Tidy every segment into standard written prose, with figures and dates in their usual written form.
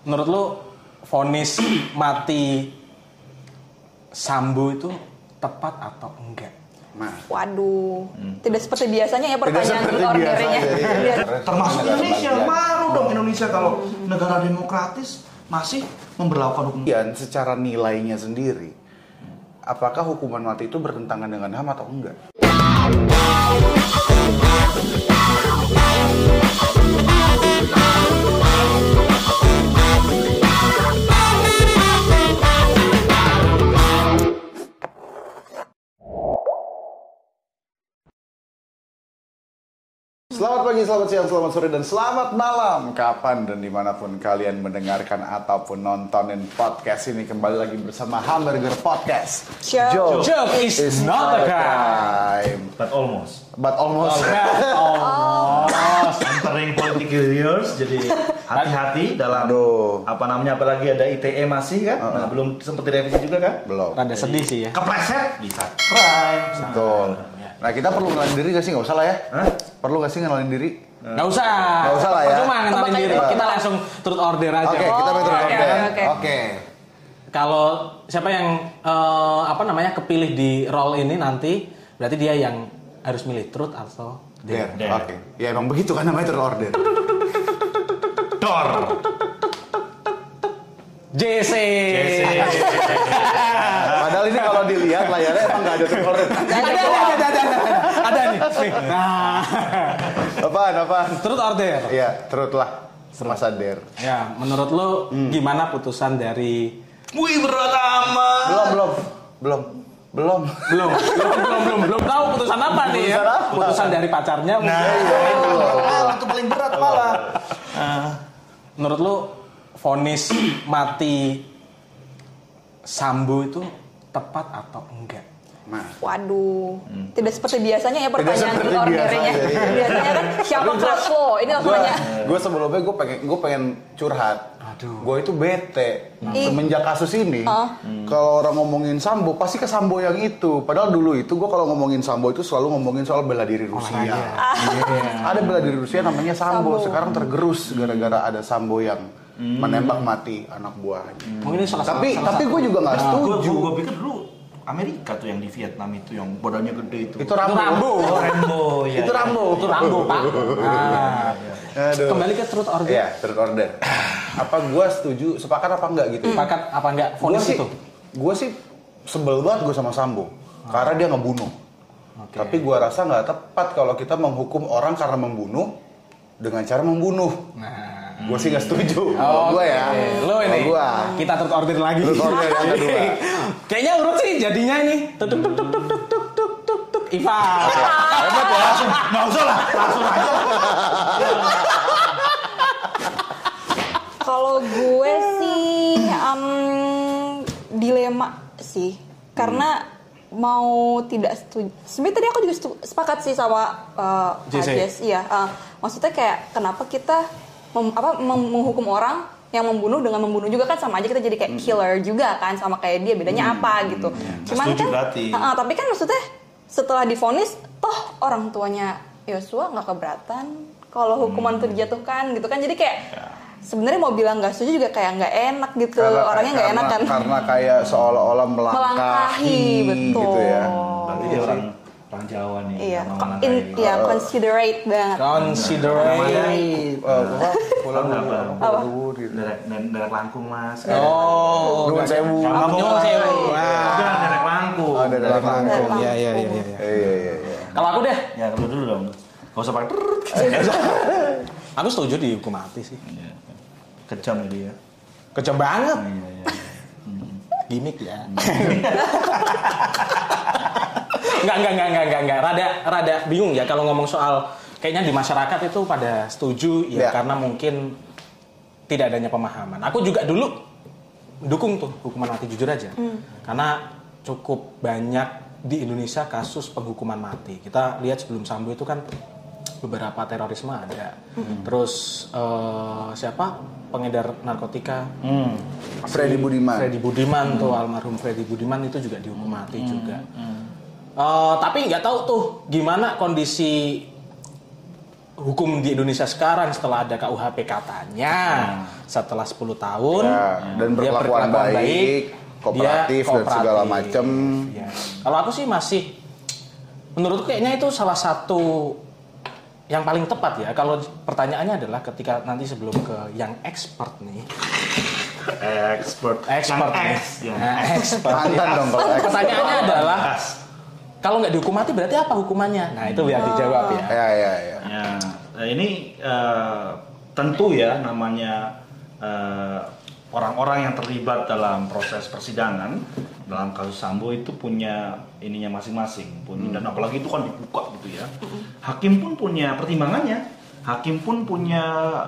Menurut lu vonis mati Sambo itu tepat atau enggak? Waduh, tidak seperti biasanya ya pertanyaan ordernya. Termasuk Indonesia, malu dong Indonesia kalau negara demokratis masih memberlakukan hukum. Secara nilainya sendiri, apakah hukuman mati itu bertentangan dengan HAM atau enggak? Selamat pagi, selamat siang, selamat sore, dan selamat malam. Kapan dan dimanapun kalian mendengarkan ataupun nontonin podcast ini, kembali lagi bersama Hamburger Podcast. Joke is not a crime. But almost. Entering political years, jadi hati-hati dalam apalagi ada ITE masih kan? Nah, belum sempat direvisi juga kan? Belum. Rada sedih sih ya. Kepleset bisa crime. Betul. Nah, kita perlu ngenalin diri gak sih? Gak usah lah ya. Perlu gak sih ngenalin diri? Gak usah lah ya. Cuma ngenalin diri. Kita langsung turut order aja. Oke, kita turut order. Oke. Kalau siapa yang kepilih di role ini nanti, berarti dia yang harus milih truth atau dare. Oke. Ya emang begitu kan namanya turut order. Dor. JC. Padahal ini kalau dilihat layarnya emang gak ada turut order. Ada nih. Nah. Apaan? Truth or dare? Iya, truth lah. Semasa dare. Ya, menurut lu gimana putusan dari... Wih, berat amat. Belum tahu putusan apa nih ya? Putusan dari pacarnya. Itu paling berat malah. Menurut lu vonis mati Sambo itu tepat atau enggak? Waduh, tidak seperti biasanya ya pertanyaan ordernya. Biasanya kan siapa keras lo? Ini langsungnya. Gue sebelumnya gue pengen curhat. Gue itu bete semenjak kasus ini. Kalau orang ngomongin Sambo pasti ke Sambo yang itu. Padahal dulu itu gue kalau ngomongin Sambo itu selalu ngomongin soal bela diri Rusia. Ada bela diri Rusia namanya Sambo. Sekarang tergerus gara-gara ada Sambo yang menembak mati anak buahnya. Tapi gue juga nggak setuju. Gue pikir dulu Amerika tuh yang di Vietnam itu yang badannya gede itu. Itu Rambo. Ya, itu Rambo, Pak. Kembali ke truth or dare. Iya, truth or dare. Apa gue setuju, sepakat apa enggak gitu? Sepakat apa enggak vonis itu? Gue sih sebel banget gue sama Sambo. Karena dia ngebunuh. Tapi gue rasa nggak tepat kalau kita menghukum orang karena membunuh dengan cara membunuh. Gue sih nggak setuju. Gue ya. Lo ini. Gua. Kita turut order lagi. Turut order yang kedua. Kayaknya urut sih jadinya ini. Tuk. Iva. Hebat ya. Nggak usah lah, langsung aja. Kalau gue sih dilema sih, karena mau tidak setuju. Sebenarnya tadi aku juga sepakat sih sama Jess. Iya. Maksudnya kayak kenapa kita menghukum orang yang membunuh dengan membunuh juga kan sama aja, kita jadi kayak killer juga kan, sama kayak dia, bedanya apa gitu. Cuman kan tapi kan maksudnya setelah divonis toh orang tuanya Yosua nggak keberatan kalau hukuman itu dijatuhkan gitu kan, jadi kayak sebenarnya mau bilang nggak setuju juga kayak nggak enak gitu, orangnya nggak enak kan, karena kayak seolah-olah melangkahi betul gitu ya. Berarti dia orang Jawa nih. Iya, considerate banget. Pulang Derek Langkung mas. Nuwun sewu. Derek Langkung. Derek Langkung. Iya. Kalau aku deh. Ya lu dulu dong. Gak usah pakai. Aku setuju dihukum mati sih. Kejam ya dia. Kejam banget. Iya. Gimik ya. Enggak. Rada bingung ya kalau ngomong soal kayaknya di masyarakat itu pada setuju ya karena mungkin tidak adanya pemahaman. Aku juga dulu dukung tuh hukuman mati, jujur aja. Karena cukup banyak di Indonesia kasus penghukuman mati. Kita lihat sebelum Sambo itu kan beberapa terorisme ada. Terus siapa pengedar narkotika? Freddy Budiman tuh, almarhum Freddy Budiman itu juga dihukum mati juga. Tapi nggak tahu tuh gimana kondisi hukum di Indonesia sekarang setelah ada KUHP katanya setelah 10 tahun dan dia berkelakuan baik, kooperatif dan segala macam. Ya. Kalau aku sih masih menurutku kayaknya itu salah satu yang paling tepat ya. Kalau pertanyaannya adalah ketika nanti sebelum ke yang expert nih. Expert nih. Expert. Mantan dong kalau expert. Pertanyaannya adalah kalau nggak dihukum mati berarti apa hukumannya? Nah itu biar dijawab ya. Ya. Nah, ini tentu ya namanya orang-orang yang terlibat dalam proses persidangan dalam kasus Sambo itu punya ininya masing-masing, dan apalagi itu kan dibuka gitu ya. Hakim pun punya pertimbangannya, hakim pun punya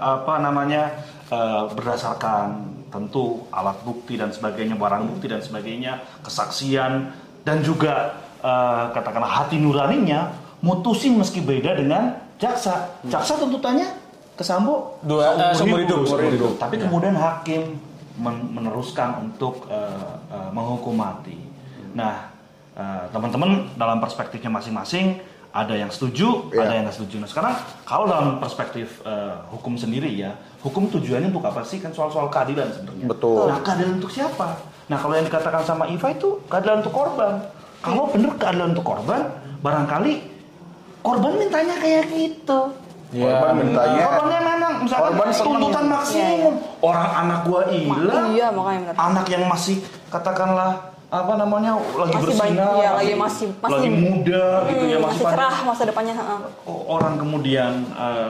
berdasarkan tentu alat bukti dan sebagainya, barang bukti dan sebagainya, kesaksian dan juga katakanlah hati nuraninya mutusin meski beda dengan jaksa. Jaksa tuntutannya ke Sambo seumur hidup. Tapi kemudian hakim meneruskan untuk menghukum mati. Nah, teman-teman dalam perspektifnya masing-masing ada yang setuju, ada yang nggak setuju. Nah, sekarang kalau dalam perspektif hukum sendiri ya, hukum tujuannya untuk apa sih? Kan soal-soal keadilan sebenarnya. Betul. Nah, keadilan untuk siapa? Nah, kalau yang dikatakan sama Iva itu keadilan untuk korban. Kalau benar keadilan untuk korban, barangkali korban mintanya kayak gitu. Korban mintanya. Korbannya mana? Misalkan tuntutan maksimum. Orang anak gua hilang. Iya, makanya benar. Anak yang masih katakanlah lagi masih bersinar, masih muda gitu ya, masih cerah masa depannya. Orang kemudian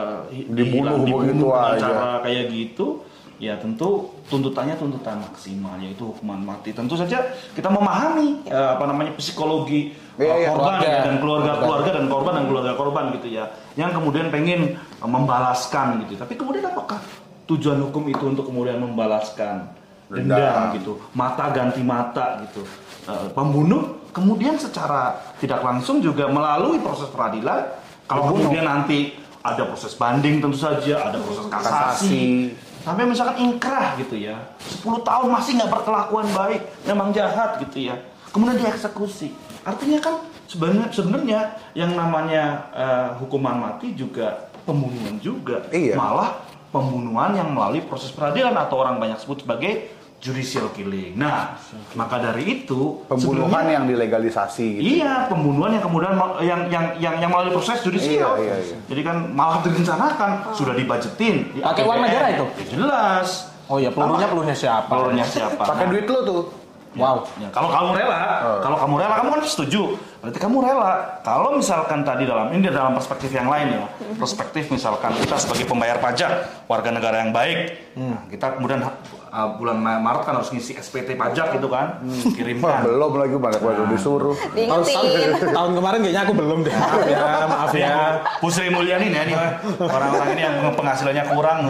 dibunuh begitu dengan aja. cara kayak gitu, ya tentu tuntutannya tuntutan maksimal, yaitu hukuman mati. Tentu saja kita memahami psikologi korban dan keluarga dan korban dan keluarga korban gitu ya, yang kemudian pengen membalaskan gitu. Tapi kemudian apakah tujuan hukum itu untuk kemudian membalaskan dendam gitu, mata ganti mata gitu, pembunuh kemudian secara tidak langsung juga melalui proses peradilan. Kalau kemudian nanti ada proses banding tentu saja, ada proses kasasi. Sampai misalkan ingkrah gitu ya, 10 tahun masih nggak berkelakuan baik, memang jahat gitu ya, kemudian dieksekusi. Artinya kan sebenarnya yang namanya hukuman mati juga pembunuhan juga, malah pembunuhan yang melalui proses peradilan atau orang banyak sebut sebagai judicial killing. Nah, maka dari itu pembunuhan yang dilegalisasi. Gitu. Iya, pembunuhan yang kemudian yang melalui proses judicial. Iya. Jadi kan malah direncanakan, sudah dibajetin. Pakai uang negara itu? Ya, jelas. Oh ya, pelurunya siapa? Pakai duit lo tuh. Wow. Ya, kalau kamu rela, kamu kan setuju. Berarti kamu rela. Kalau misalkan tadi dalam perspektif yang lain ya, perspektif misalkan kita sebagai pembayar pajak, warga negara yang baik, nah, kita kemudian bulan Maret kan harus ngisi SPT pajak gitu kan, kirimkan. Belum lagi banyak disuruh. Tahun kemarin kayaknya aku belum deh. Maaf ya. Bu Sri Mulyani nih orang-orang ini yang penghasilannya kurang.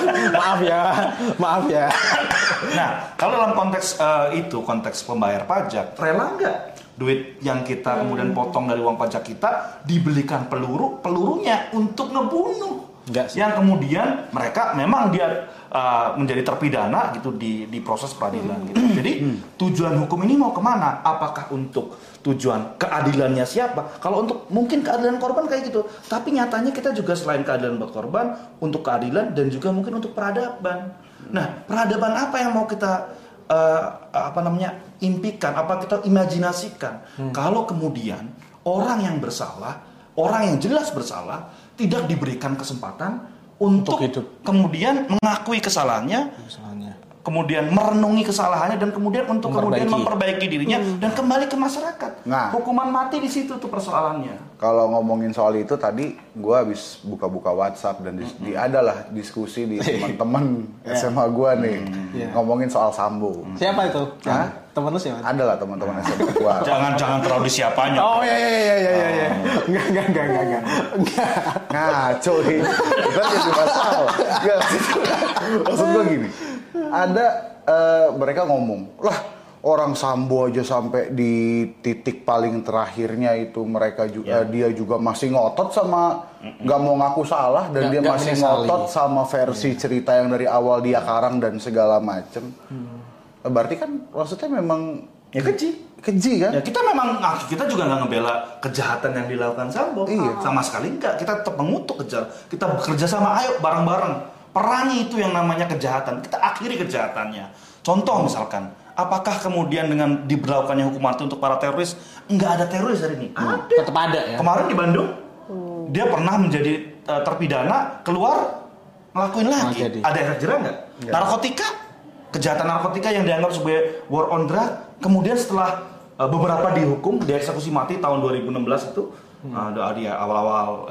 Maaf ya. Nah, kalau dalam konteks pembayar pajak, rela nggak duit yang kita kemudian potong dari uang pajak kita dibelikan pelurunya untuk ngebunuh? Yang kemudian mereka memang dia menjadi terpidana gitu di proses peradilan gitu. Jadi tujuan hukum ini mau kemana? Apakah untuk tujuan keadilannya siapa? Kalau untuk mungkin keadilan korban kayak gitu, tapi nyatanya kita juga selain keadilan buat korban, untuk keadilan dan juga mungkin untuk peradaban. Nah, peradaban apa yang mau kita impikan, apa kita imajinasikan? Kalau kemudian orang yang bersalah, orang yang jelas bersalah tidak diberikan kesempatan untuk kemudian mengakui kesalahannya, kemudian merenungi kesalahannya dan kemudian untuk kemudian memperbaiki dirinya dan kembali ke masyarakat. Nah, hukuman mati di situ tuh persoalannya. Kalau ngomongin soal itu tadi gue habis buka-buka WhatsApp dan adalah diskusi di teman-teman SMA gue nih ngomongin soal Sambo. Siapa itu? Temen lu siapa? Adalah teman-teman SMA gue. Jangan terlalu disiapanya. Oh iya. Enggak. Ngaco nih. Kita jadi masalah. Maksud gue gini. Ada mereka ngomong, lah orang Sambo aja sampai di titik paling terakhirnya itu mereka juga dia juga masih ngotot sama nggak mau ngaku salah dan dia masih ngotot sama versi cerita yang dari awal dia karang dan segala macem. Berarti kan maksudnya memang Ya Keji kan? Ya kita juga nggak ngebela kejahatan yang dilakukan Sambo. Sama sekali enggak. Kita tetap mengutuk kita bekerja sama, ayo bareng-bareng perangi itu yang namanya kejahatan. Kita akhiri kejahatannya. Contoh misalkan, apakah kemudian dengan diberlakukannya hukum mati untuk para teroris, nggak ada teroris hari ini? Ada. Tetap ada ya. Kemarin di Bandung, dia pernah menjadi terpidana, keluar ngelakuin lagi. Ada efek jerah nggak? Narkotika, kejahatan narkotika yang dianggap sebagai war on drug, kemudian setelah beberapa dihukum, dieksekusi mati tahun 2016 itu, di awal-awal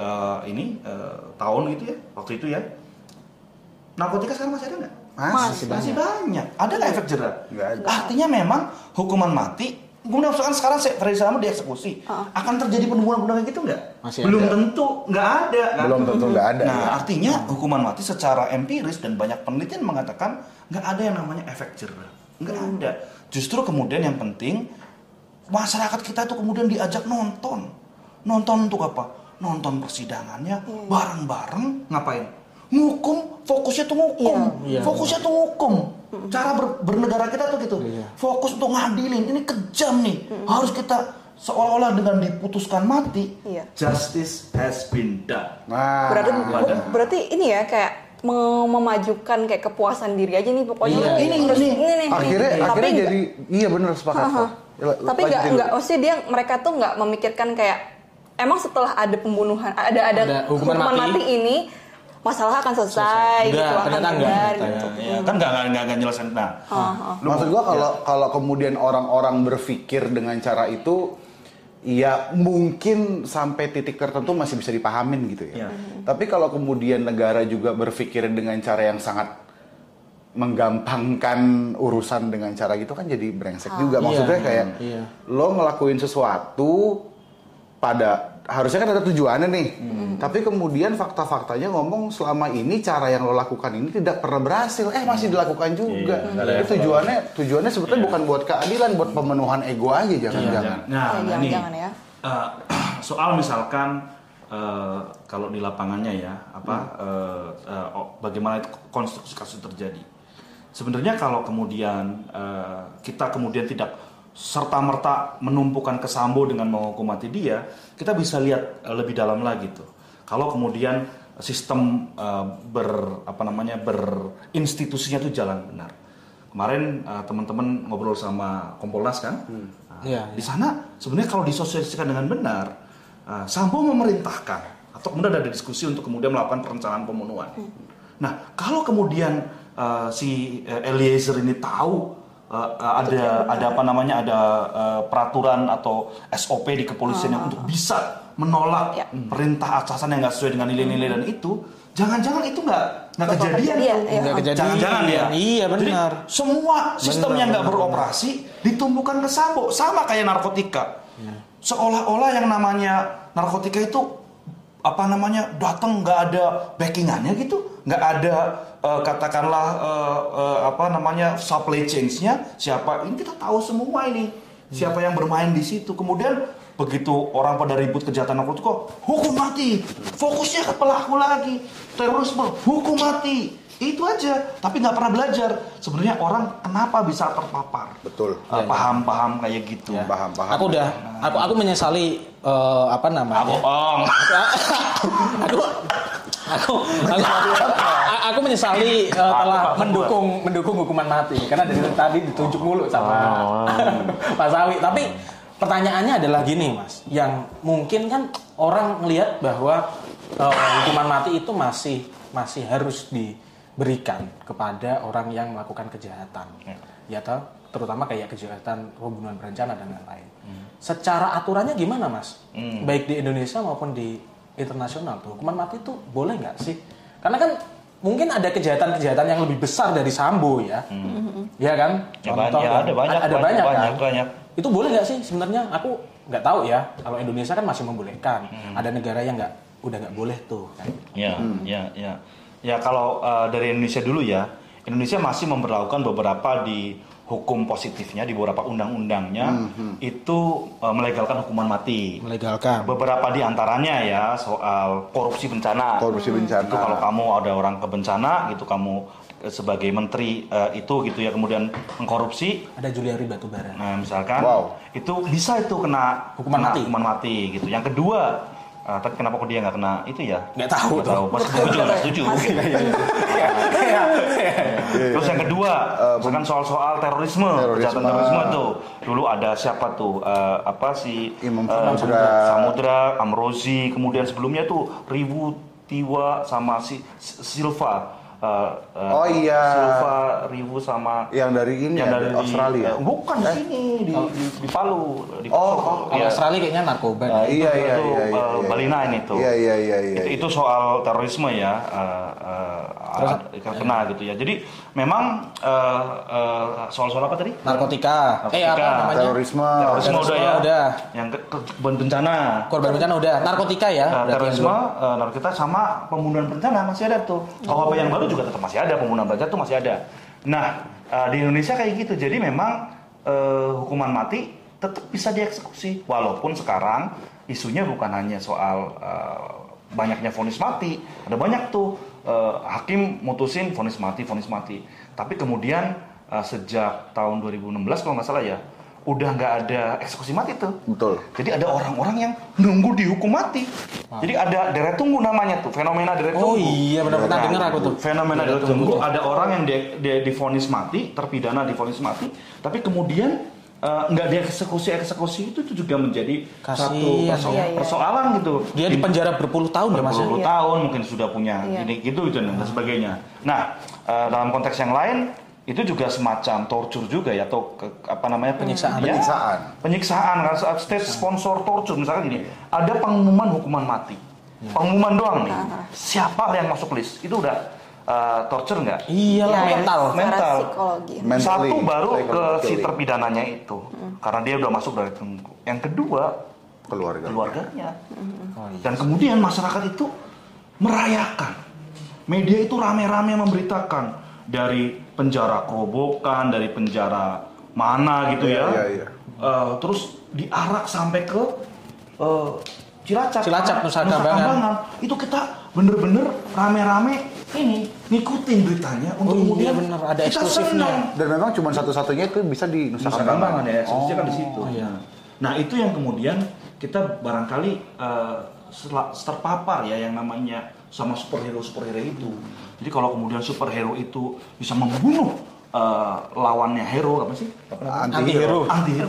tahun gitu ya, waktu itu ya. Narkotika sekarang masih ada nggak? Masih banyak. Ada nggak efek jerah? Nggak ada. Artinya memang hukuman mati, kemudian misalkan sekarang Ferry Sambo dieksekusi, akan terjadi pembunuhan-pembunuhan gitu nggak? Belum tentu, nggak ada. Belum tentu nggak ada. Nah, artinya hukuman mati secara empiris dan banyak penelitian mengatakan nggak ada yang namanya efek jerah. Nggak ada. Justru kemudian yang penting masyarakat kita itu kemudian diajak nonton. Nonton untuk apa? Nonton persidangannya bareng-bareng, ngapain? Ngukum, fokusnya tuh ngukum. Fokusnya tuh ngukum. Cara bernegara kita tuh gitu. Fokus untuk ngadilin, ini kejam nih. Harus kita seolah-olah dengan diputuskan mati, justice has been done. Nah, berarti ini ya kayak memajukan kayak kepuasan diri aja nih pokoknya. Ini. Akhirnya jadi iya benar sepakat. Tapi nggak maksudnya mereka tuh nggak memikirkan kayak emang setelah ada pembunuhan ada hukuman mati ini masalah akan selesai gitu, akan benar gitu. Kan nggak nyelesain. Nah, maksud gua kalau kemudian orang-orang berpikir dengan cara itu, ya mungkin sampai titik tertentu masih bisa dipahamin gitu ya. Tapi kalau kemudian negara juga berpikir dengan cara yang sangat menggampangkan urusan dengan cara gitu kan jadi brengsek juga. Maksudnya kayak lo ngelakuin sesuatu harusnya kan ada tujuannya nih. Tapi kemudian fakta-faktanya ngomong selama ini cara yang lo lakukan ini tidak pernah berhasil. Masih dilakukan juga. Tujuannya sebetulnya bukan buat keadilan, buat pemenuhan ego aja jangan-jangan. Jangan ya. Soal misalkan kalau di lapangannya ya, bagaimana itu konstruksi kasus terjadi. Sebenarnya kalau kemudian kita kemudian tidak serta-merta menumpukan ke Sambo dengan menghukum mati dia, kita bisa lihat lebih dalam lagi tuh. Kalau kemudian sistem berinstitusinya tuh jalan benar. Kemarin teman-teman ngobrol sama Kompolnas kan? Di sana sebenarnya kalau disosialisasikan dengan benar, Sambo memerintahkan atau kemudian ada diskusi untuk kemudian melakukan perencanaan pembunuhan. Nah, kalau kemudian si Eliezer ini tahu ada peraturan atau SOP di kepolisian yang untuk bisa menolak perintah atasan yang nggak sesuai dengan nilai-nilai dan itu, jangan-jangan itu nggak kejadian. Jangan-jangan ya. Iya benar. Jadi, semua sistem yang nggak beroperasi ditumbuhkan ke Sambo, sama kayak narkotika. Seolah-olah yang namanya narkotika itu datang nggak ada backingannya gitu, nggak ada katakanlah supply chains-nya siapa, ini kita tahu semua ini siapa yang bermain di situ. Kemudian begitu orang pada ribut kejahatan narkotika, hukum mati, fokusnya ke pelaku lagi, terorisme, hukum mati, itu aja, tapi nggak pernah belajar sebenarnya orang kenapa bisa terpapar. Betul. Paham-paham kayak gitu. Paham-paham. Aku menyesali Aku menyesali telah mendukung hukuman mati karena dari tadi ditunjuk mulu sama Pak Sawi. Tapi pertanyaannya adalah gini, Mas, yang mungkin kan orang melihat bahwa hukuman mati itu masih harus diberikan kepada orang yang melakukan kejahatan, ya toh, terutama kayak kejahatan pembunuhan berencana dan lain-lain. Secara aturannya gimana, Mas? Baik di Indonesia maupun di internasional tuh, hukuman mati itu boleh nggak sih? Karena kan mungkin ada kejahatan-kejahatan yang lebih besar dari Sambo ya, ya kan? Contoh, ada banyak. Itu boleh nggak sih sebenarnya? Aku nggak tahu ya. Kalau Indonesia kan masih membolehkan. Ada negara yang udah nggak boleh tuh. Kan? Ya kalau dari Indonesia dulu ya, Indonesia masih memberlakukan beberapa di hukum positifnya di beberapa undang-undangnya itu melegalkan hukuman mati. Melegalkan. Beberapa di antaranya ya soal korupsi bencana. Itu kalau kamu ada orang ke bencana gitu, kamu sebagai menteri itu gitu ya, kemudian mengkorupsi. Ada Juliari Batubara. Nah, misalkan itu bisa itu kena Hukuman mati gitu. Yang kedua, tapi kenapa kok dia nggak kena itu ya? Nggak tahu. Pas setuju. Gitu. Terus yang kedua, misalkan soal terorisme, kejahatan terorisme tuh. Dulu ada siapa tuh? Imam Samudra, Amrozi, kemudian sebelumnya tuh Ribu Tiwa sama si Silva. Silva Ribu sama yang dari ini yang dari Australia. Bukan di sini di Palu. Kalau Australia kayaknya narkoba. Iya. Balina ini tuh. Iya. Itu soal terorisme ya. Kena gitu ya. Jadi memang soal-soal apa tadi? Narkotika. Apa namanya? Terorisme udah ya. Udah. Yang bencana. Korban bencana udah. Narkotika ya. Terorisme, narkotika sama pembunuhan berencana masih ada tuh. KUHP yang baru juga tetap masih ada, pembunuhan berencana tuh masih ada. Nah, di Indonesia kayak gitu. Jadi memang hukuman mati tetap bisa dieksekusi. Walaupun sekarang isunya bukan hanya soal banyaknya vonis mati. Ada banyak tuh hakim mutusin vonis mati. Tapi kemudian sejak tahun 2016 kalau nggak salah ya, udah nggak ada eksekusi mati tuh. Betul. Jadi ada orang-orang yang nunggu dihukum mati. Jadi ada deret tunggu namanya tuh, fenomena deret tunggu. Oh iya, benar-benar dengar aku tuh. Fenomena deret tunggu, ada orang yang divonis mati, terpidana divonis mati, tapi kemudian nggak dieksekusi itu juga menjadi satu persoalan gitu. Dia di penjara berpuluh tahun ya Mas. Berpuluh tahun mungkin sudah punya ini gitu dan sebagainya. Nah, dalam konteks yang lain itu juga semacam torture juga ya, atau penyiksaan kan, state sponsor torture. Misalkan gini, ada pengumuman hukuman mati, pengumuman doang nih, siapa yang masuk list itu udah torture nggak? Iya, mental. Satu baru ke si terpidananya itu, karena dia udah masuk dari tunggu. Yang kedua keluarganya. Dan kemudian masyarakat itu merayakan, media itu rame-rame memberitakan dari penjara Kerobokan, dari penjara mana gitu ya. Terus diarak sampai ke Cilacap, Nusa Kambangan. Itu kita bener-bener rame-rame ini ngikutin beritanya untuk kemudian bener, ada kita eksklusifnya. senang. Dan memang cuma satu-satunya itu bisa di Nusa Kambangan ya, eksklusifnya kan di situ. Iya. Nah, itu yang kemudian kita barangkali terpapar ya yang namanya sama superhero itu. Jadi kalau kemudian superhero itu bisa membunuh lawannya hero apa sih? Anti-hero.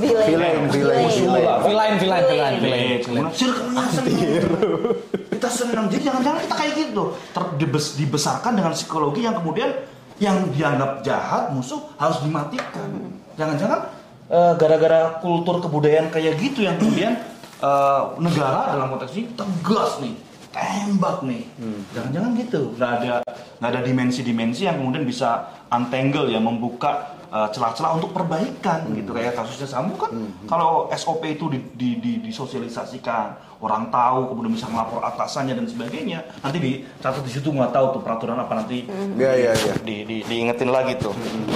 Villain. Circle-nya anti-hero. Kita senang. Jadi jangan-jangan kita kayak gitu. Dibesarkan dengan psikologi yang kemudian yang dianggap jahat, musuh harus dimatikan. Jangan-jangan gara-gara kultur kebudayaan kayak gitu yang kemudian negara dalam konteks ini tegas nih, tembak nih. Jangan-jangan gitu. Nggak ada dimensi-dimensi yang kemudian bisa untangle ya, membuka celah-celah untuk perbaikan gitu. Kayak kasusnya Sambo kan, kalau SOP itu disosialisasikan, orang tahu, kemudian bisa melapor atasannya dan sebagainya. Nanti dicatat di situ, nggak tahu tuh peraturan apa nanti. Diingetin lagi tuh.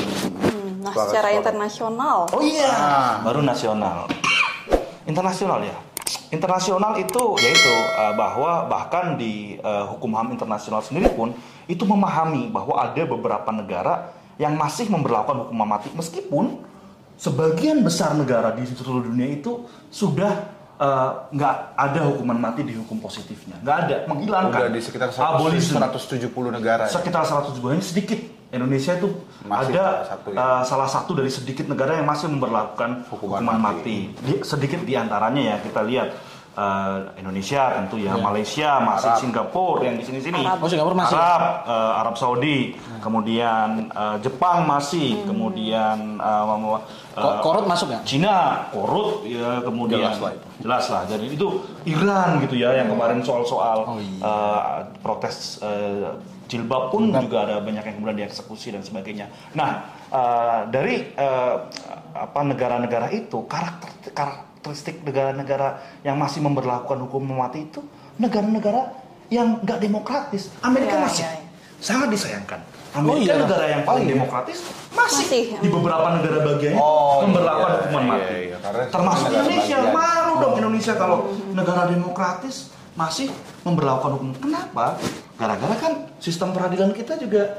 Nah, secara internasional. Oh iya, baru nasional. Internasional ya. Internasional itu yaitu bahwa bahkan di hukum HAM internasional sendiri pun itu memahami bahwa ada beberapa negara yang masih memberlakukan hukuman mati, meskipun sebagian besar negara di seluruh dunia itu sudah nggak ada hukuman mati di hukum positifnya, nggak ada, menghilangkan. Udah di sekitar 170 negara. Sekitar 170, ini sedikit. Indonesia itu masih ada salah satu dari sedikit negara yang masih memberlakukan hukuman mati. Sedikit diantaranya ya kita lihat. Indonesia tentu ya, Malaysia masih, Arab. Singapura yang di sini-sini, Singapura masih, Arab Saudi, kemudian Jepang masih, kemudian Korut masuk ya? Cina, Korut ya, kemudian jelas lah. Jadi itu Iran gitu ya, yang kemarin soal protes jilbab pun juga ada banyak yang kemudian dieksekusi dan sebagainya. Nah, dari negara-negara itu karakteristik negara-negara yang masih memberlakukan hukum mati itu negara-negara yang nggak demokratis. Amerika masih sangat disayangkan. Amerika negara yang paling demokratis masih di beberapa negara bagiannya memberlakukan hukuman mati. Termasuk Indonesia. Malu dong Indonesia kalau negara demokratis masih memberlakukan hukum. Kenapa? Gara-gara kan sistem peradilan kita juga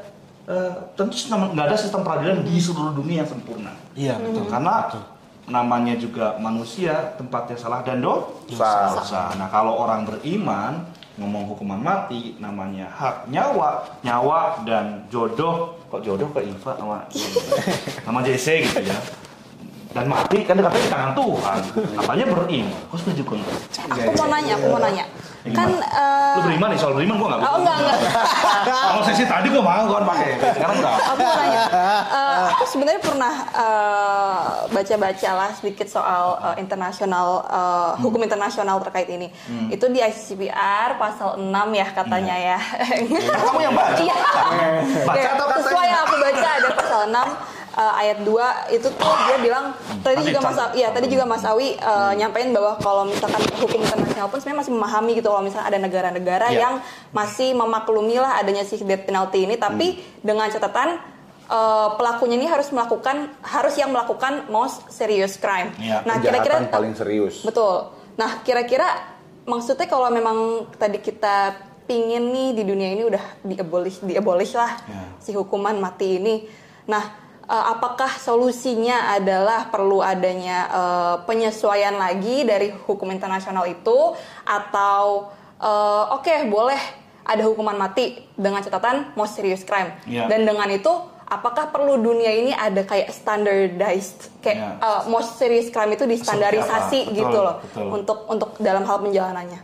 tentu nggak ada sistem peradilan di seluruh dunia yang sempurna. Iya, betul. Karena namanya juga manusia, tempatnya salah dan dosa. Nah, kalau orang beriman ngomong hukuman mati, namanya hak nyawa dan jodoh. Kok jodoh ke Iva sama JC gitu ya. Dan mati kan katanya di tangan Tuhan. Katanya beriman. Kok setuju kan? Aku mau nanya. Kan lu beriman nih, soal beriman gua enggak. Oh, enggak. Kalau sesi tadi gua mau kan pakai. Sekarang enggak. Aku mau nanya. Aku sebenarnya pernah baca-baca lah sedikit soal internasional hukum internasional terkait ini. Itu di ICCPR pasal 6 ya katanya ya. Kamu yang baca? Iya. Baca atau katanya? Sesuai yang aku baca ada pasal 6 ayat 2 itu tuh dia bilang tadi juga Mas Awi nyampein bahwa kalau misalkan hukum internasional pun sebenarnya masih memahami gitu kalau misalnya ada negara-negara yang masih memaklumi lah adanya si death penalty ini, tapi dengan catatan pelakunya ini harus yang melakukan most serious crime. Nah, kira-kira paling serius. Betul. Nah, kira-kira maksudnya kalau memang tadi kita pingin nih di dunia ini udah diabolish lah si hukuman mati ini. Nah, apakah solusinya adalah perlu adanya penyesuaian lagi dari hukum internasional itu, atau boleh ada hukuman mati dengan catatan most serious crime, dan dengan itu apakah perlu dunia ini ada kayak standardized kayak most serious crime itu distandarisasi gitu loh untuk dalam hal penjalanannya.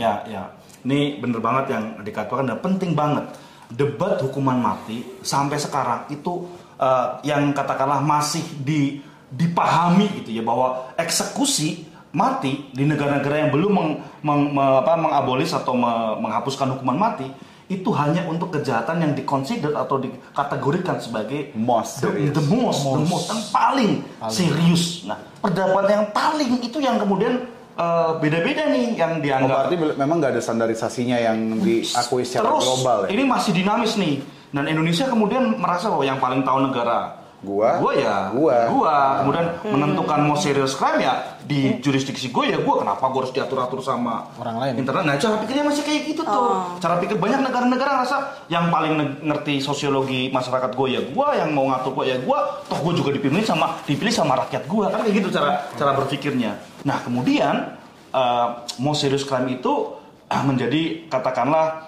Ini bener banget yang dikatakan dan penting banget. Debat hukuman mati sampai sekarang itu yang katakanlah masih dipahami gitu ya, bahwa eksekusi mati di negara-negara yang belum mengabolis atau menghapuskan hukuman mati itu hanya untuk kejahatan yang dikonsider atau dikategorikan sebagai the most yang paling serius. Nah, perdebatan yang paling itu yang kemudian beda-beda nih yang dianggap. Berarti memang nggak ada standarisasinya yang diakui secara global ya? Ini masih dinamis nih. Dan Indonesia kemudian merasa bahwa yang paling tahu negara gua kemudian menentukan mau serious crime ya di jurisdiksi gue ya kenapa gue harus diatur-atur sama orang lain. Internet. Nah, cara pikirnya masih kayak gitu tuh. Cara pikir banyak negara-negara rasa yang paling ngerti sosiologi masyarakat gue ya yang mau ngatur gue ya toh gue juga dipilih sama rakyat gue, kan kayak gitu cara berpikirnya. Nah, kemudian mau serious crime itu menjadi katakanlah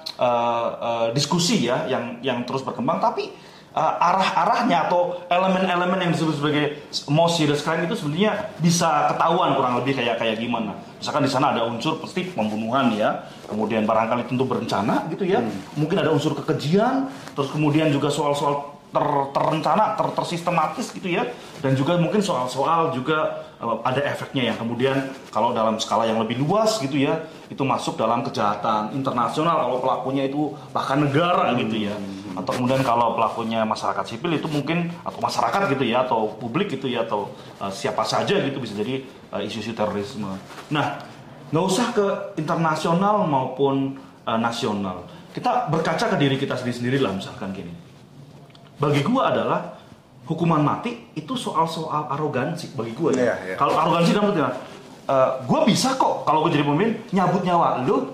diskusi ya yang terus berkembang, tapi arah-arahnya atau elemen-elemen yang disebut sebagai most serious crime itu sebenarnya bisa ketahuan kurang lebih kayak gimana. Misalkan di sana ada unsur pasti pembunuhan ya, kemudian barangkali tentu berencana gitu ya, mungkin ada unsur kekejian, terus kemudian juga soal-soal terencana, tersistematis gitu ya, dan juga mungkin soal-soal juga ada efeknya yang kemudian kalau dalam skala yang lebih luas gitu ya, itu masuk dalam kejahatan internasional kalau pelakunya itu bahkan negara gitu ya, atau kemudian kalau pelakunya masyarakat sipil itu mungkin atau masyarakat gitu ya, atau publik gitu ya, atau siapa saja gitu, bisa jadi isu-isu terorisme. Nah, nggak usah ke internasional maupun nasional, kita berkaca ke diri kita sendiri lah. Misalkan gini, bagi gue adalah hukuman mati itu soal arogansi bagi gue ya. Kalau arogansi dalam artian gue bisa kok kalau gue jadi pemimpin nyabut nyawa lu,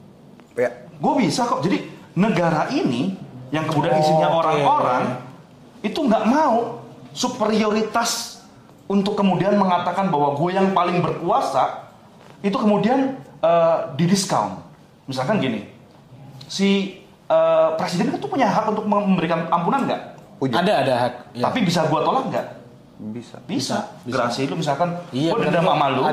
gue bisa kok. Jadi negara ini yang kemudian isinya orang-orang itu nggak mau superioritas untuk kemudian mengatakan bahwa gue yang paling berkuasa itu kemudian didiskon. Misalkan gini, si presiden itu punya hak untuk memberikan ampunan nggak? Ada hak. Ya. Tapi bisa gua tolak nggak? Bisa. Gerasi lu misalkan, gua dendam sama lu,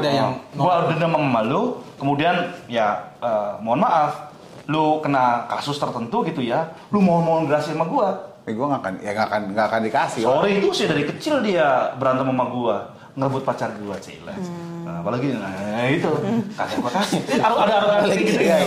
kemudian ya mohon maaf, lu kena kasus tertentu gitu ya, lu mohon gerasi sama gua. Gua nggak akan dikasih. Sorry, itu sih dari kecil dia berantem sama gua, ngerebut pacar gua, jelas. Apalagi itu kasih ada gitu ya.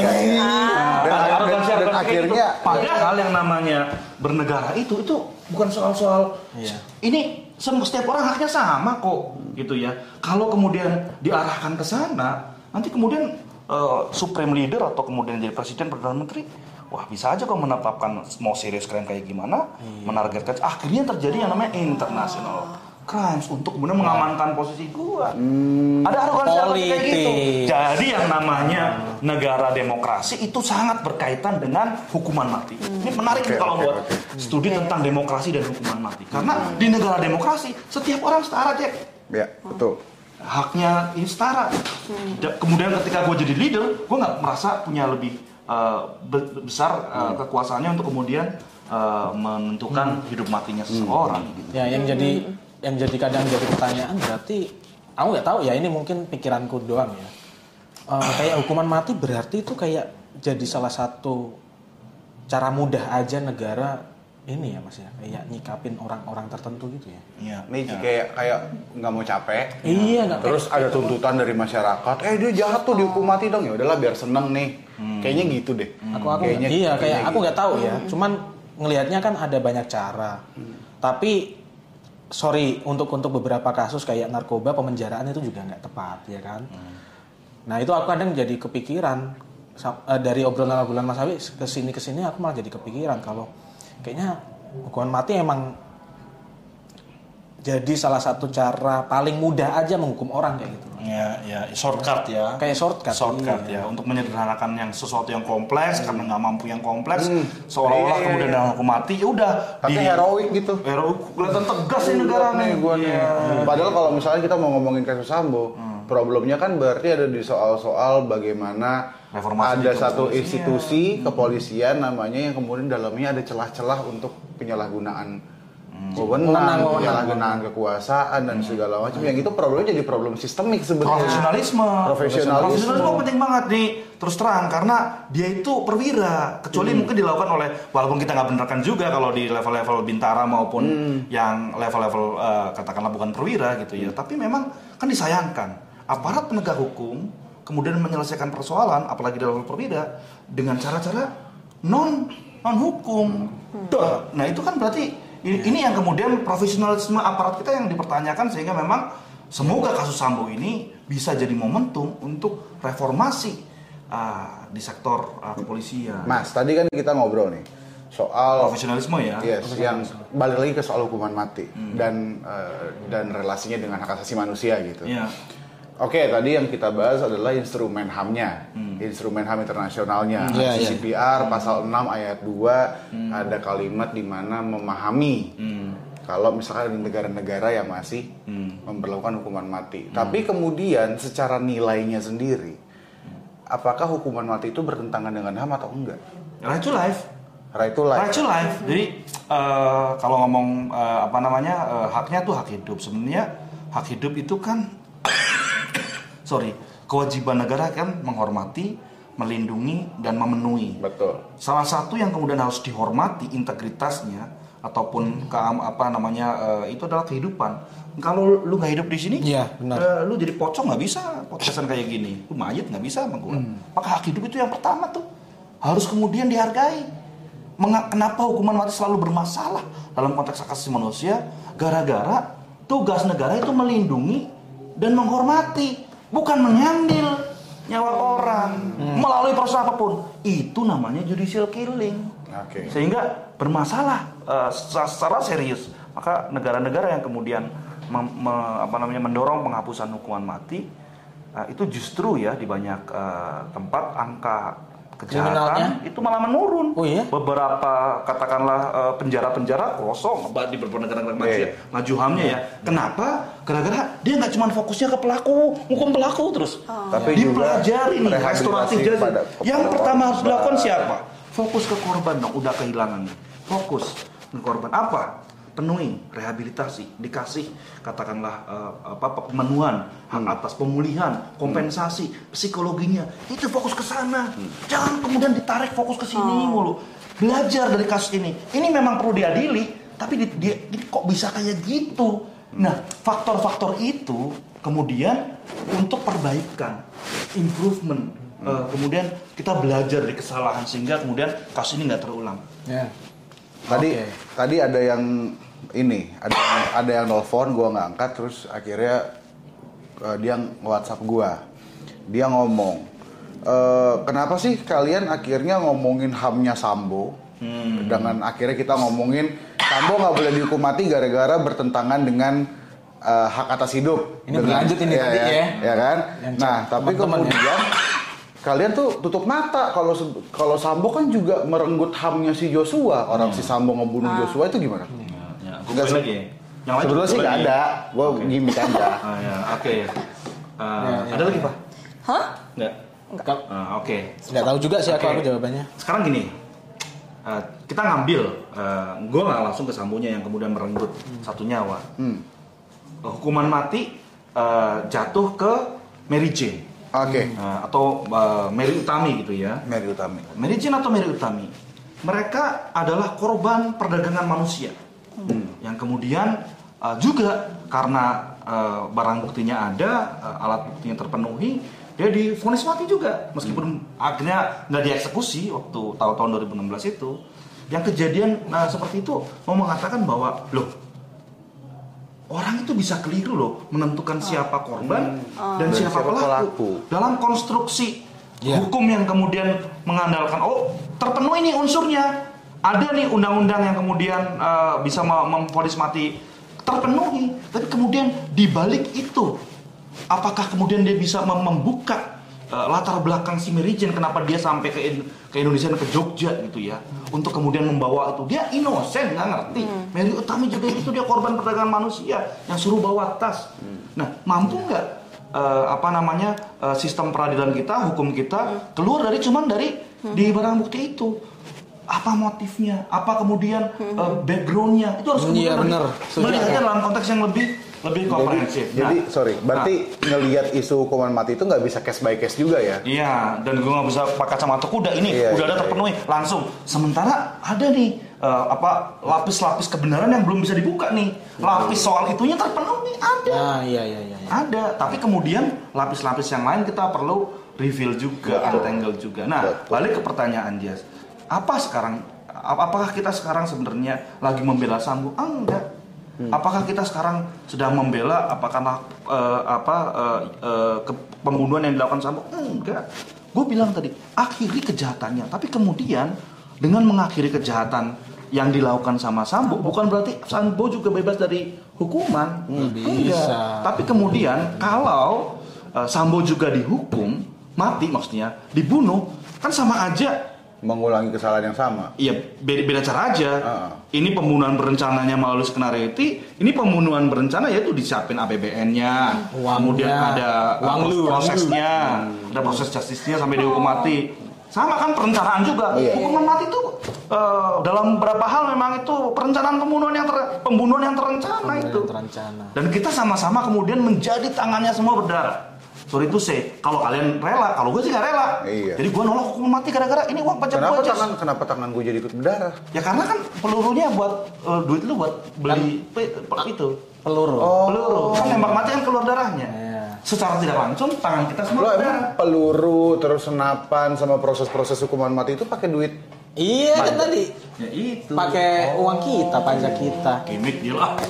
Dan akhirnya padahal yang namanya bernegara itu bukan soal ini setiap orang haknya sama kok gitu ya. Kalau kemudian diarahkan ke sana, nanti kemudian supreme leader atau kemudian jadi presiden, perdana menteri, wah bisa aja kok menetapkan mau serius keren kayak gimana, menargetkan akhirnya terjadi yang namanya international crimes untuk kemudian mengamankan posisi gua. Ada arogansi kayak gitu. Jadi yang namanya negara demokrasi itu sangat berkaitan dengan hukuman mati. Ini menarik kalau buat studi tentang demokrasi dan hukuman mati. Karena di negara demokrasi setiap orang setara, Jack. Ya, betul. Haknya ini setara. Kemudian ketika gue jadi leader, gue nggak merasa punya lebih besar kekuasaannya untuk kemudian menentukan hidup matinya seseorang. Gitu. Ya, yang jadi kadang jadi pertanyaan berarti aku nggak tahu ya, ini mungkin pikiranku doang ya. Kayak hukuman mati berarti itu kayak jadi salah satu cara mudah aja negara ini ya Mas ya, kayak nyikapin orang-orang tertentu gitu ya. Iya. Nih kayak nggak mau capek. Iya, nggak. Terus ada tuntutan dari masyarakat, dia jahat tuh dihukum mati dong, ya udahlah biar seneng nih. Kayaknya gitu deh. Kayak aku nggak tahu ya. Cuman ngelihatnya kan ada banyak cara. Tapi sorry untuk beberapa kasus kayak narkoba, pemenjaraan itu juga nggak tepat ya kan. Nah itu aku kadang jadi kepikiran dari obrolan Mas Awi kesini aku malah jadi kepikiran kalau kayaknya hukuman mati emang jadi salah satu cara paling mudah aja menghukum orang kayak gitu. Ya, shortcut ya. Kayak shortcut ya, untuk menyederhanakan yang sesuatu yang kompleks karena nggak mampu yang kompleks, seolah-olah kemudian dalam hukum mati ya udah. Tapi heroik gitu. Heroik, kelihatan tegas nih negara nih. Padahal kalau misalnya kita mau ngomongin kasus Sambo, problemnya kan berarti ada di soal-soal bagaimana reformasi ada satu institusi kepolisian namanya yang kemudian dalamnya ada celah-celah untuk penyalahgunaan wewenang, penyalahgunaan kekuasaan dan segala macam. Yang itu problemnya jadi problem sistemik sebenarnya. Profesionalisme penting banget nih, terus terang, karena dia itu perwira, kecuali mungkin dilakukan oleh, walaupun kita nggak benarkan juga kalau di level-level bintara maupun yang level-level katakanlah bukan perwira gitu ya, tapi memang kan disayangkan aparat penegak hukum kemudian menyelesaikan persoalan apalagi di level perwira dengan cara-cara non hukum. Nah itu kan berarti ini yang kemudian profesionalisme aparat kita yang dipertanyakan, sehingga memang semoga kasus Sambo ini bisa jadi momentum untuk reformasi di sektor kepolisian. Mas, tadi kan kita ngobrol nih soal profesionalisme ya. Yes, yang balik lagi ke soal hukuman mati dan relasinya dengan hak asasi manusia gitu. Iya. Oke, tadi yang kita bahas adalah instrumen HAM-nya, instrumen HAM internasionalnya. CPR pasal 6 ayat 2 ada kalimat di mana memahami kalau misalkan ada negara-negara yang masih memperlakukan hukuman mati. Tapi kemudian secara nilainya sendiri, apakah hukuman mati itu bertentangan dengan HAM atau enggak? Right to life. Right to life. Right to life. Jadi kalau ngomong haknya tuh hak hidup. Sebenarnya hak hidup itu kan kewajiban negara kan menghormati, melindungi dan memenuhi. Betul. Salah satu yang kemudian harus dihormati integritasnya ataupun itu adalah kehidupan. Kalau lu nggak hidup di sini, lu jadi pocong nggak bisa podcastan kayak gini. Lu mayat nggak bisa sama gua. Maka hak hidup itu yang pertama tuh harus kemudian dihargai. Kenapa hukuman mati selalu bermasalah dalam konteks hak asasi manusia? Gara-gara tugas negara itu melindungi dan menghormati, bukan mengambil nyawa orang melalui proses apapun. Itu namanya judicial killing. Sehingga bermasalah secara serius. Maka negara-negara yang kemudian mendorong penghapusan hukuman mati itu justru ya di banyak tempat angka kejahatan itu malah menurun. Oh iya? Beberapa katakanlah penjara-penjara kosong di beberapa negara-negara maju HAM-nya ya. Kenapa? Gara-gara dia nggak cuma fokusnya ke pelaku, hukum pelaku terus. Tapi dipelajari nih restoratif justice. Yang pertama harus dilakukan siapa? Fokus ke korban dong, udah kehilangan nih. Fokus ke korban apa? Penuhi, rehabilitasi, dikasih katakanlah pemenuhan hak atas, pemulihan, kompensasi, psikologinya, itu fokus ke sana. Jangan kemudian ditarik fokus ke sini mulu. Belajar dari kasus ini. Ini memang perlu diadili, tapi dia kok bisa kayak gitu. Nah, faktor-faktor itu kemudian untuk perbaikan, improvement. Kemudian kita belajar dari kesalahan sehingga kemudian kasus ini nggak terulang. Tadi ada yang ada yang nelfon, gue nggak angkat, terus akhirnya dia nge-WhatsApp gue. Dia ngomong, kenapa sih kalian akhirnya ngomongin HAM-nya Sambo, dengan akhirnya kita ngomongin Sambo nggak boleh dihukum mati gara-gara bertentangan dengan hak atas hidup. Ini berlanjut ini tadi ya. Ya kan? Nah, tapi teman-teman kemudian kalian tuh tutup mata kalau Sambo kan juga merenggut HAM-nya si Joshua. Orang si Sambo ngebunuh Joshua itu gimana? Ya, Enggak lagi. Yang lain sebetulnya sih nggak ada. Gue gimmick aja. Oke. Ada lagi Pak? Hah? Nggak. Oke. Nggak tahu juga sih aku jawabannya. Sekarang gini, kita ngambil, gue nggak langsung ke Sambonya yang kemudian merenggut satu nyawa. Hukuman mati jatuh ke Mary Jane. Oke. Atau Mary Utami gitu ya. Mary Utami. Mary Jane atau Mary Utami, mereka adalah korban perdagangan manusia. Yang kemudian juga karena barang buktinya ada, alat buktinya terpenuhi, dia divonis mati juga meskipun akhirnya nggak dieksekusi waktu tahun 2016 itu. Yang kejadian seperti itu mau mengatakan bahwa loh, orang itu bisa keliru loh menentukan siapa korban dan siapa pelaku dalam konstruksi hukum yang kemudian mengandalkan terpenuhi nih unsurnya, ada nih undang-undang yang kemudian bisa memvonis mati terpenuhi, tapi kemudian dibalik itu apakah kemudian dia bisa membuka latar belakang si Mary Jane, kenapa dia sampai ke Indonesia dan ke Jogja gitu ya, untuk kemudian membawa itu, dia inosen nggak ngerti. Mary Utami juga itu dia korban perdagangan manusia yang suruh bawa tas. Nah, mampu nggak sistem peradilan kita, hukum kita keluar dari di barang bukti itu? Apa motifnya? Apa kemudian backgroundnya? Itu harus kemudian melihatnya dalam konteks yang lebih komprehensif. Jadi berarti ngelihat isu hukuman mati itu nggak bisa case by case juga ya? Iya, dan gue nggak bisa pakai kacamata kuda ini udah ada terpenuhi langsung. Sementara ada nih lapis-lapis kebenaran yang belum bisa dibuka nih. Lapis soal itunya terpenuhi ada. Iya. Ada, tapi kemudian lapis-lapis yang lain kita perlu reveal juga, untangle juga. Nah, balik ke pertanyaan Jas. Apakah kita sekarang sebenarnya lagi membela Sambo? Enggak. Apakah kita sekarang sedang membela pembunuhan yang dilakukan Sambo? Enggak. Gue bilang tadi, akhiri kejahatannya. Tapi kemudian dengan mengakhiri kejahatan yang dilakukan sama Sambo, bukan berarti Sambo juga bebas dari hukuman. Enggak. Tapi kemudian kalau Sambo juga dihukum mati, maksudnya dibunuh, kan sama aja mengulangi kesalahan yang sama. Iya, beda cara aja. Ini pembunuhan berencananya melalui skenario, ini pembunuhan berencana yaitu disiapin APBN-nya, kemudian ada prosesnya, ada proses justisnya sampai dihukum mati. Sama kan perencanaan juga. Hukuman mati itu dalam beberapa hal memang itu perencanaan pembunuhan yang terencana itu. Dan kita sama-sama kemudian menjadi tangannya semua berdarah. Sorry itu kalau kalian rela, kalau gue sih nggak rela. Jadi gue nolak hukuman mati gara-gara ini uang pajak gue aja. Kenapa tangan gue jadi ikut berdarah? Ya karena kan pelurunya buat duit lu buat beli itu. Peluru. Kan nembak mati kan keluar darahnya. Secara tidak langsung tangan kita semua berdarah. Peluru terus senapan sama proses-proses hukuman mati itu pakai duit. Iya kan tadi. Ya itu. Pakai uang kita, pajak kita. Gimik dia lah.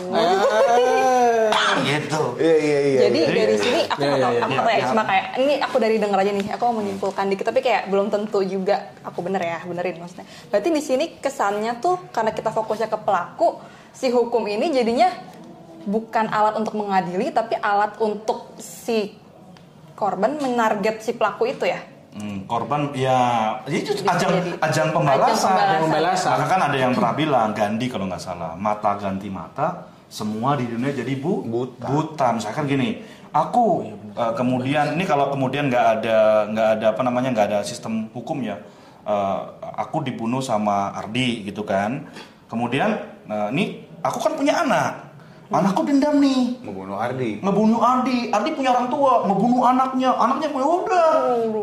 Gitu. Iya. Jadi dari sini aku cuma kayak ini aku dari denger aja nih, aku mau menyimpulkan dikit tapi kayak belum tentu juga aku benerin maksudnya. Berarti di sini kesannya tuh karena kita fokusnya ke pelaku, si hukum ini jadinya bukan alat untuk mengadili tapi alat untuk si korban menarget si pelaku itu ya. Korban ya itu ajang pembalasan. Maka kan ada yang pernah bilang Gandhi kalau nggak salah, mata ganti mata, semua di dunia jadi buta. Misalkan gini, aku kemudian ini kalau kemudian nggak ada sistem hukum ya, aku dibunuh sama Ardi gitu kan, kemudian ini aku kan punya anakku dendam nih, ngebunuh Ardi, Ardi punya orang tua, ngebunuh anaknya punya udah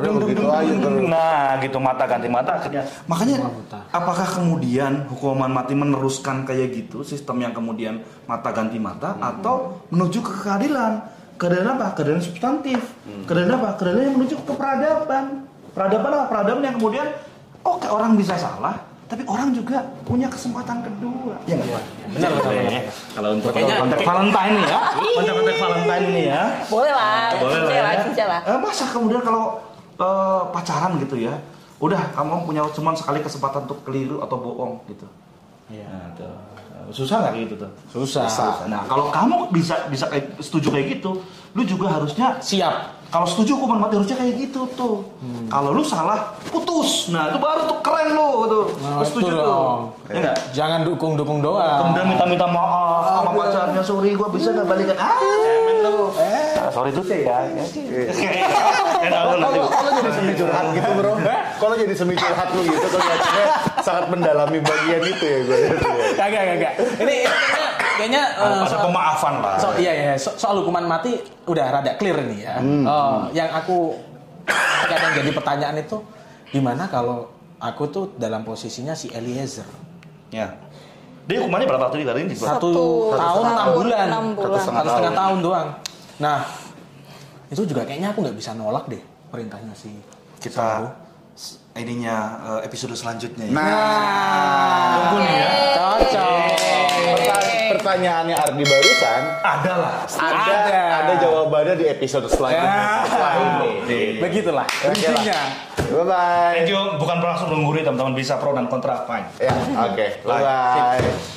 gitu mata ganti mata akhirnya. Makanya apakah kemudian hukuman mati meneruskan kayak gitu sistem yang kemudian mata ganti mata atau menuju ke keadilan apa? Keadilan substantif. Keadilan apa? Keadilan yang menuju ke peradaban apa? Peradaban yang kemudian orang bisa salah tapi orang juga punya kesempatan kedua. Ya enggak, Pak? Benar. Kalau untuk konteks Valentine nih ya. Konteks Valentine ini ya. Boleh lah. Masa kemudian kalau pacaran gitu ya, udah kamu punya cuma sekali kesempatan untuk keliru atau bohong gitu. Iya. Nah, tuh. Susah nggak kayak gitu tuh? Susah. Nah, kalau kamu bisa kayak setuju kayak gitu, lu juga harusnya Siap. kalau setuju hukuman mati harusnya kayak gitu tuh. Kalau lu salah, putus. Nah, itu baru tuh keren lu tuh. Nah, Lu setuju itu tuh. dong. Ya enggak? Jangan dukung-dukung doang. Kemudian minta maaf sama pacarnya, sorry gua bisa nggak balikan. Sorry tuh sih ya. Kalau jadi semi curhat gitu bro, kalau jadi semi curhat lu gitu kelihatannya sangat mendalami bagian itu ya gue. Kagak. Ini kayaknya Ada pemaafan lah. soal hukuman mati udah rada clear nih ya. Yang aku kadang jadi pertanyaan itu gimana kalau aku tuh dalam posisinya si Eliezer. Ya. Dia hukumannya berapa waktu di 1 tahun 6 bulan. 1,5 tahun doang. Nah, itu juga kayaknya aku nggak bisa nolak deh perintahnya si kita ininya episode selanjutnya ya. Nah, nih ya. Cocok. Pertanyaannya Ardi barusan ada jawabannya di episode selanjutnya. Setelah ini. Begitulah intinya. Bye bye. Thank you. Bukan berlangsung menggurui teman-teman bisa pro dan kontra fine. Ya, oke. Bye bye.